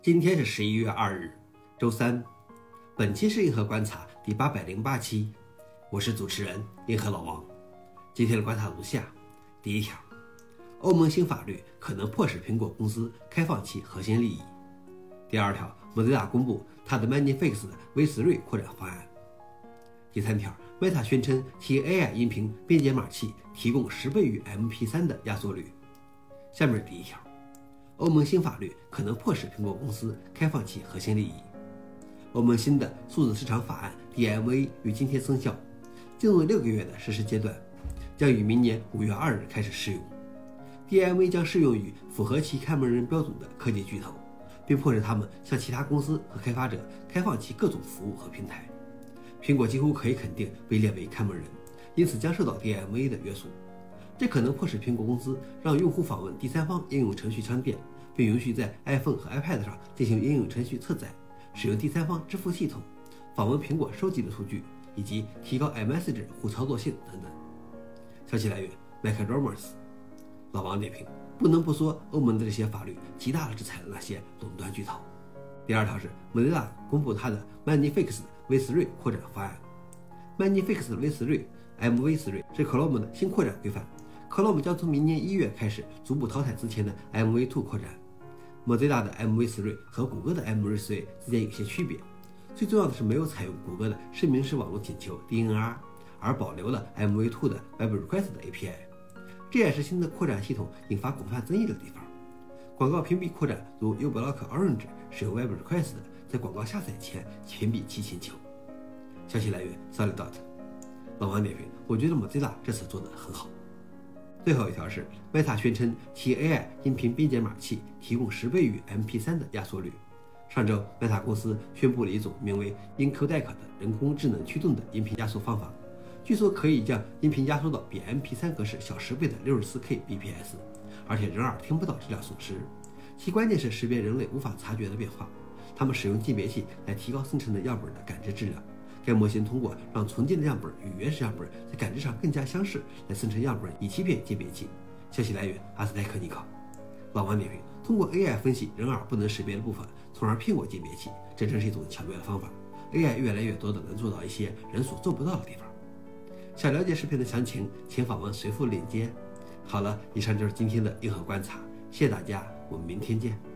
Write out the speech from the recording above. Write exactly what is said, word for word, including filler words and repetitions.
今天是十一月二日，周三。本期是硬核观察第八百零八期，我是主持人硬核老王。今天的观察如下：第一条，欧盟新法律可能迫使苹果公司开放其核心利益。第二条，Mozilla公布它的 Magnifics V 三 扩展方案。第三条 ，Meta 宣称其 A I 音频编解码器提供十倍于 M P 三 的压缩率。下面第一条，欧盟新法律可能迫使苹果公司开放其核心利益。欧盟新的数字市场法案 D M A 于今天生效，进入六个月的实施阶段，将于明年五月二日开始适用。D M A 将适用于符合其看门人标准的科技巨头，并迫使他们向其他公司和开发者开放其各种服务和平台。苹果几乎可以肯定被列为看门人，因此将受到 D M A 的约束。这可能迫使苹果公司让用户访问第三方应用程序商店，并允许在 iPhone 和 iPad 上进行应用程序侧载，使用第三方支付系统，访问苹果收集的数据，以及提高 iMessage 互操作性等等。消息来源 MacRumors。老王点评：不能不说，欧盟的这些法律极大地制裁了那些垄断巨头。第二条是 Mozilla 公布它的 Magnifics V 三 扩展方案。Magnifics V 三 M V 三 是 Chrome 的新扩展规范。Chrome 将从明年一月开始逐步淘汰之前的 M V 二 扩展。Mozilla 的 M V 三 和谷歌的 M V 三 之间有些区别，最重要的是没有采用谷歌的声明式网络请求 D N R， 而保留了 M V 二 的 Web Request 的 A P I。这也是新的扩展系统引发广泛争议的地方。广告屏蔽扩展如 uBlock Orange 使用 Web Request 在广告下载前屏蔽其请求。消息来源 Solidot。老王点评：我觉得 Mozilla 这次做得很好。最后一条是 Meta 宣称其 A I 音频编解码器提供十倍于 M P 三 的压缩率。上周 Meta 公司宣布了一种名为 Encodec 的人工智能驱动的音频压缩方法，据说可以将音频压缩到比 M P 三 格式小十倍的 六十四 K B P S， 而且人耳听不到质量损失。其关键是识别人类无法察觉的变化。他们使用鉴别器来提高生成的样本的感知质量。该模型通过让重建的样本与原始样本在感知上更加相似来生成样本，以欺骗鉴别器。消息来源阿斯泰克尼考。老王点评：通过 A I 分析人耳不能识别的部分，从而骗过鉴别器，这真是一种巧妙的方法。A I 越来越多的能做到一些人所做不到的地方。想了解视频的详情，请访问随附链接。好了，以上就是今天的硬核观察，谢谢大家，我们明天见。